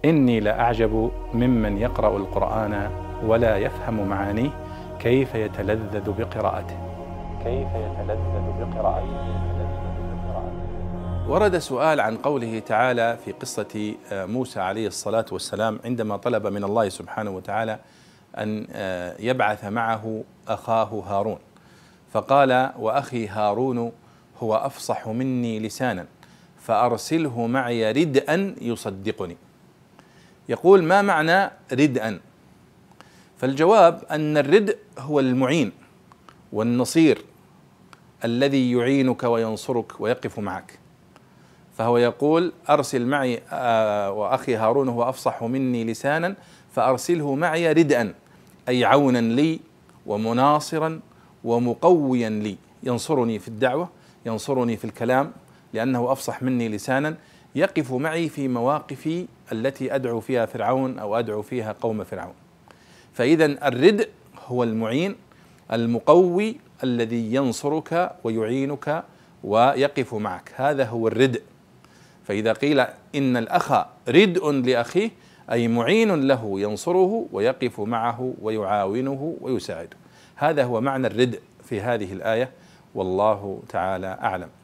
إني لأعجب ممن يقرأ القرآن ولا يفهم معانيه كيف يتلذذ بقراءته. ورد سؤال عن قوله تعالى في قصة موسى عليه الصلاة والسلام عندما طلب من الله سبحانه وتعالى أن يبعث معه أخاه هارون، فقال: وأخي هارون هو أفصح مني لسانا فأرسله معي ردءا يصدقني. يقول: ما معنى ردءا؟ فالجواب أن الردء هو المعين والنصير الذي يعينك وينصرك ويقف معك. فهو يقول: أرسل معي وأخي هارون هو أفصح مني لسانا فأرسله معي ردءا، أي عونا لي ومناصرا ومقويا لي، ينصرني في الدعوة، ينصرني في الكلام لأنه أفصح مني لسانا، يقف معي في مواقفي التي أدعو فيها فرعون أو أدعو فيها قوم فرعون. فإذا الردء هو المعين المقوي الذي ينصرك ويعينك ويقف معك، هذا هو الردء. فإذا قيل إن الأخ ردء لأخيه أي معين له ينصره ويقف معه ويعاونه ويساعده. هذا هو معنى الردء في هذه الآية، والله تعالى أعلم.